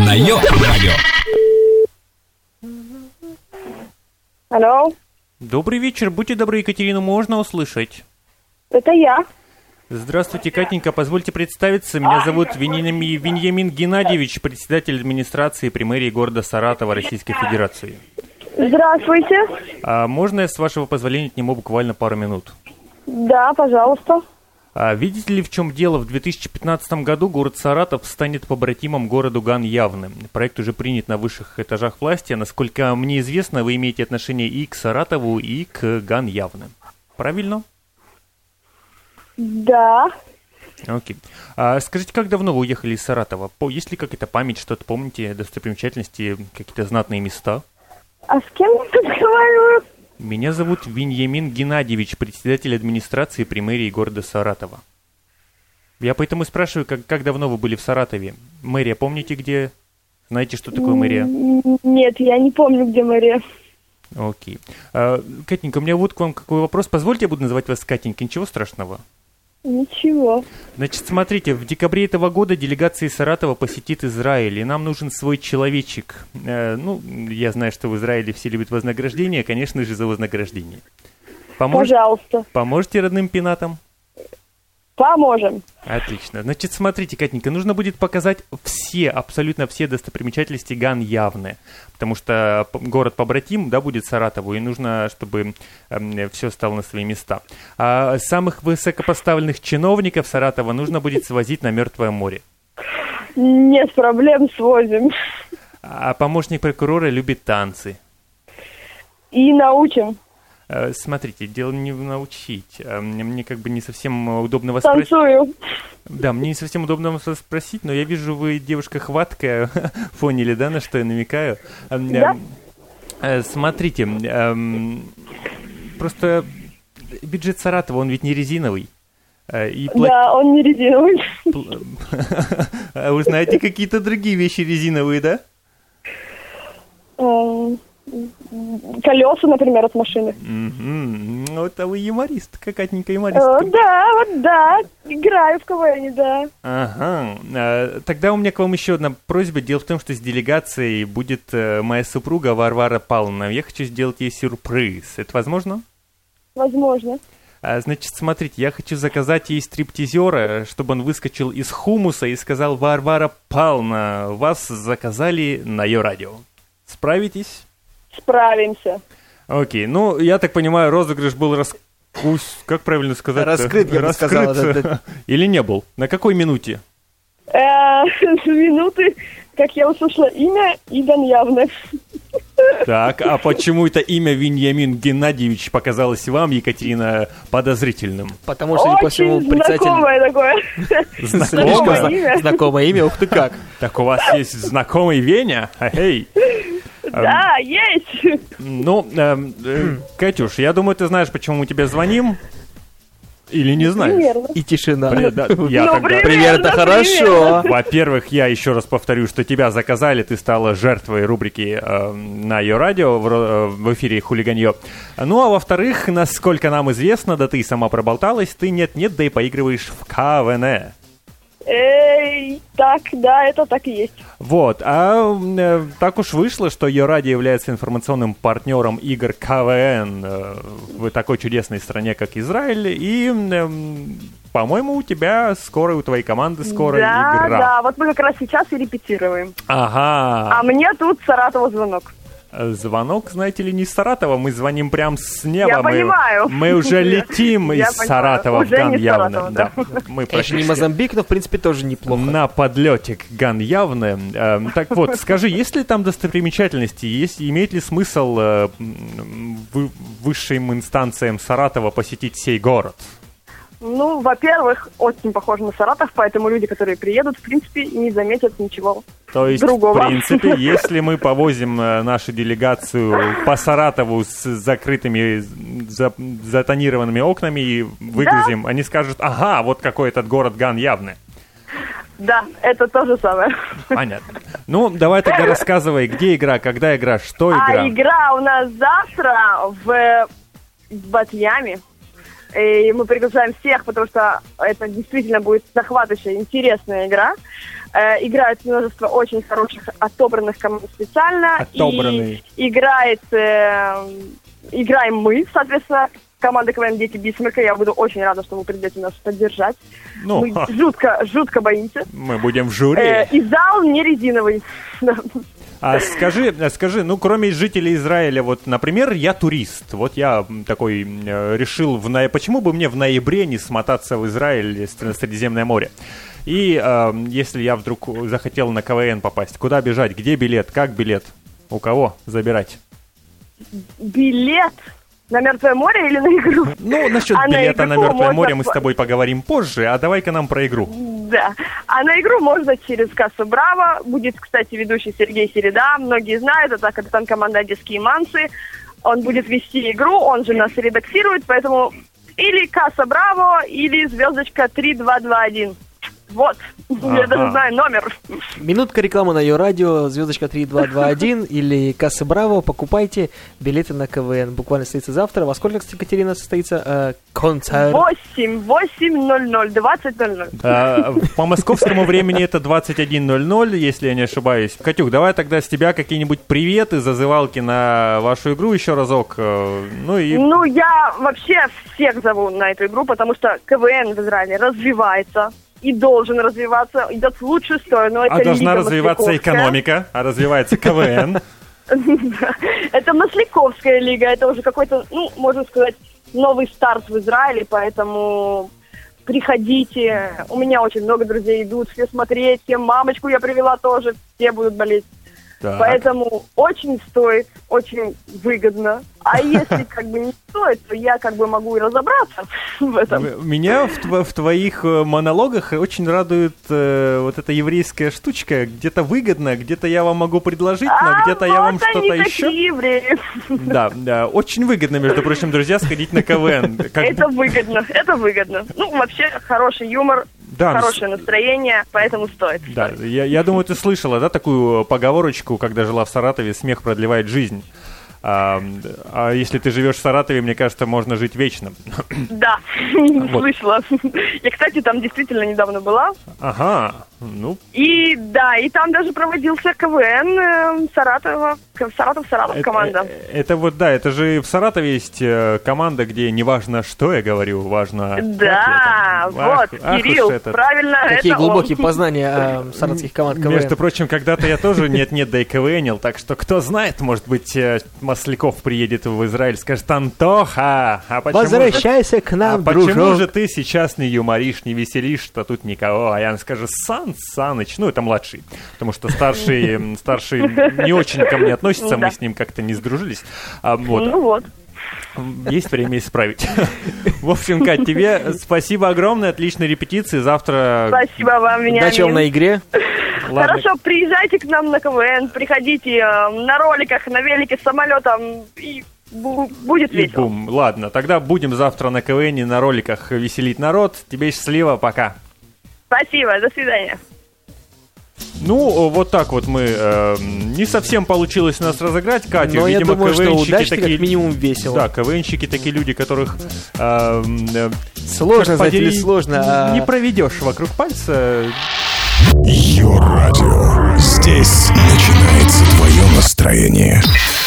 на Йо-радио. Алло. Добрый вечер. Будьте добры, Екатерину можно услышать? Это я. Здравствуйте, Катенька. Позвольте представиться. Меня зовут Вениамин Геннадьевич, председатель администрации при мэрии города Саратова Российской Федерации. Здравствуйте. А можно я, с вашего позволения, к нему буквально пару минут? Да, пожалуйста. Видите ли, в чем дело? В 2015 году город Саратов станет побратимом городу Ган-Явны. Проект уже принят на высших этажах власти. Насколько мне известно, вы имеете отношение и к Саратову, и к Ган-Явны. Правильно? Да. Окей. Скажите, как давно вы уехали из Саратова? Есть ли какая-то память, что-то помните, достопримечательности, какие-то знатные места? А с кем я разговариваю? Меня зовут Вениамин Геннадьевич, председатель администрации при мэрии города Саратова. Я поэтому спрашиваю, как давно вы были в Саратове? Мэрия, помните, где? Знаете, что такое мэрия? Нет, я не помню, где мэрия. Окей. Катенька, у меня вот к вам какой вопрос. Позвольте, я буду называть вас Катенькой, ничего страшного? Ничего. Значит, смотрите, в декабре этого года делегация из Саратова посетит Израиль, и нам нужен свой человечек. Я знаю, что в Израиле все любят вознаграждение, конечно же, за вознаграждение. Пожалуйста. Поможете родным пенатам? Поможем. Отлично. Значит, смотрите, Катенька, нужно будет показать абсолютно все достопримечательности Ган-Явны, потому что город-побратим, да, будет Саратову, и нужно, чтобы все стало на свои места. А самых высокопоставленных чиновников Саратова нужно будет свозить на Мертвое море. Нет проблем, свозим. А помощник прокурора любит танцы. И научим. Смотрите, дело не научить. Мне как бы не совсем удобно вас спросить. Танцую. Да, мне не совсем удобно вас спросить, но я вижу, вы девушка хваткая. Поняли, да, на что я намекаю? Да. Смотрите, просто бюджет Саратова, он ведь не резиновый. Да, он не резиновый. Вы знаете какие-то другие вещи резиновые, да? Колеса, например, от машины. Вот, а вы юмористка, Катенька, юмористка. Да, играю в КВН, да. Ага. Тогда у меня к вам еще одна просьба. Дело в том, что с делегацией будет моя супруга Варвара Павловна. Я хочу сделать ей сюрприз. Это возможно? Возможно. Значит, смотрите, я хочу заказать ей стриптизера, чтобы он выскочил из хумуса и сказал: Варвара Павловна, вас заказали на Йо-радио. Справитесь? Справимся. Окей, я так понимаю, розыгрыш был как правильно сказать? Раскрыт, я бы сказал. Или не был? На какой минуте? Минуты, как я услышала имя, и Ган-Явны. Так, а почему это имя Вениамин Геннадьевич показалось вам, Екатерина, подозрительным? Потому что по всему знакомое такое. Знакомое имя, ух ты как. Так у вас есть знакомый Веня? Эй! Да, есть. Катюш, я думаю, ты знаешь, почему мы тебе звоним. Или не знаешь? Примерно. И тишина. Привет, это хорошо. Во-первых, я еще раз повторю, что тебя заказали, ты стала жертвой рубрики на Йо-радио в эфире «Хулиганье». А во-вторых, насколько нам известно, да ты и сама проболталась, ты нет-нет, да и поигрываешь в КВН. Так, да, это так и есть. Вот, так уж вышло, что Йо-радио является информационным партнером игр КВН в такой чудесной стране, как Израиль, и, по-моему, у твоей команды скоро игра. Да, вот мы как раз сейчас и репетируем. Ага. А мне тут с Саратова звонок. Звонок, знаете ли, не из Саратова, мы звоним прям с неба. Я понимаю. Мы уже летим из Саратова в Ган-Явны. Да. Конечно, не Мозамбик, но в принципе тоже неплохо. На подлете к Ган-Явны. Так вот, скажи, есть ли там достопримечательности? Имеет ли смысл высшим инстанциям Саратова посетить сей город? Во-первых, очень похоже на Саратов, поэтому люди, которые приедут, в принципе, не заметят ничего другого. То есть, в принципе, если мы повозим нашу делегацию по Саратову с закрытыми, затонированными окнами и выгрузим, они скажут: ага, вот какой этот город Ган-Явны. Да, это то же самое. Понятно. Давай тогда рассказывай, где игра, когда игра, что игра? Игра у нас завтра в Батьяме. И мы приглашаем всех, потому что это действительно будет захватывающая, интересная игра. Играет множество очень хороших отобранных команд специально. Отобранные. И играем мы, соответственно, команда КВН «Дети Бисмарка». Я буду очень рада, что вы придете нас поддержать. Мы жутко боимся. Мы будем в жюри. И зал не резиновый. А скажи, ну, кроме жителей Израиля, вот, например, я турист. Вот я такой решил, почему бы мне в ноябре не смотаться в Израиль, на Средиземное море? И если я вдруг захотел на КВН попасть, куда бежать, где билет, как билет, у кого забирать? Билет на Мертвое море или на игру? Ну, насчет билета на Мертвое море мы с тобой поговорим позже, а давай-ка нам про игру. Да, а на игру можно через кассу «Браво». Будет, кстати, ведущий Сергей Середа. Многие знают, это капитан команды «Одесские мансы». Он будет вести игру, он же нас редактирует, поэтому или касса «Браво», или звездочка 3221. Вот, я даже знаю номер. Минутка рекламы на ее радио, звездочка 3221 или касса «Браво». Покупайте билеты на КВН. Буквально состоится завтра. Во сколько, Екатерина, состоится концерт? 20:00. По московскому времени это 21:00, если я не ошибаюсь. Катюх, давай тогда с тебя какие-нибудь приветы, зазывалки на вашу игру еще разок. Ну, я вообще всех зову на эту игру, потому что КВН в Израиле развивается. И должен развиваться, идет в лучшую сторону. Это должна развиваться экономика, а развивается КВН. Это Масляковская лига, это уже какой-то, можно сказать, новый старт в Израиле, поэтому приходите. У меня очень много друзей идут, все смотреть, всем мамочку я привела тоже, все будут болеть. Так. Поэтому очень стоит, очень выгодно. А если не стоит, то я могу и разобраться в этом. Меня в твоих монологах очень радует вот эта еврейская штучка. Где-то выгодно, где-то я вам могу предложить, но где-то я вам что-то еще. Евреи. Да, очень выгодно, между прочим, друзья, сходить на КВН. Это выгодно. Вообще хороший юмор. Да, хорошее настроение, поэтому стоит. Да, я думаю, ты слышала, да, такую поговорочку, когда жила в Саратове: смех продлевает жизнь. А если ты живешь в Саратове, мне кажется, можно жить вечно. Да, слышала. Я, кстати, там действительно недавно была. Ага, И там даже проводился КВН Саратов команда. Это же в Саратове есть команда, где не важно, что я говорю, важно... Да, Кирилл, правильно, какие глубокие познания саратовских команд КВН. Между прочим, когда-то я тоже нет-нет, да и КВНил, так что кто знает, может быть, Масляков приедет в Израиль, скажет: Антоха, возвращайся к нам, дружок. Почему же ты сейчас не юморишь, не веселишь, что тут никого? А я скажу: Саныч, это младший, потому что старший не очень ко мне относится, мы с ним как-то не сдружились. Есть время исправить. В общем, Кать, тебе спасибо огромное, отличной репетиции. Завтра... Спасибо вам, Вениамин. Удачи вам на игре. Хорошо, приезжайте к нам на КВН, приходите на роликах, на велике, с самолетом, и будет весело. Бум. Ладно, тогда будем завтра на КВН, на роликах веселить народ. Тебе счастливо, пока. Спасибо, до свидания. Вот так вот мы... не совсем получилось у нас разыграть Катю. Но видимо, я думаю, что удачно, такие, как минимум весело. Да, КВНщики такие люди, которых... сложно, знаете ли, сложно. Не проведешь вокруг пальца. Йо-радио. Здесь начинается твое настроение.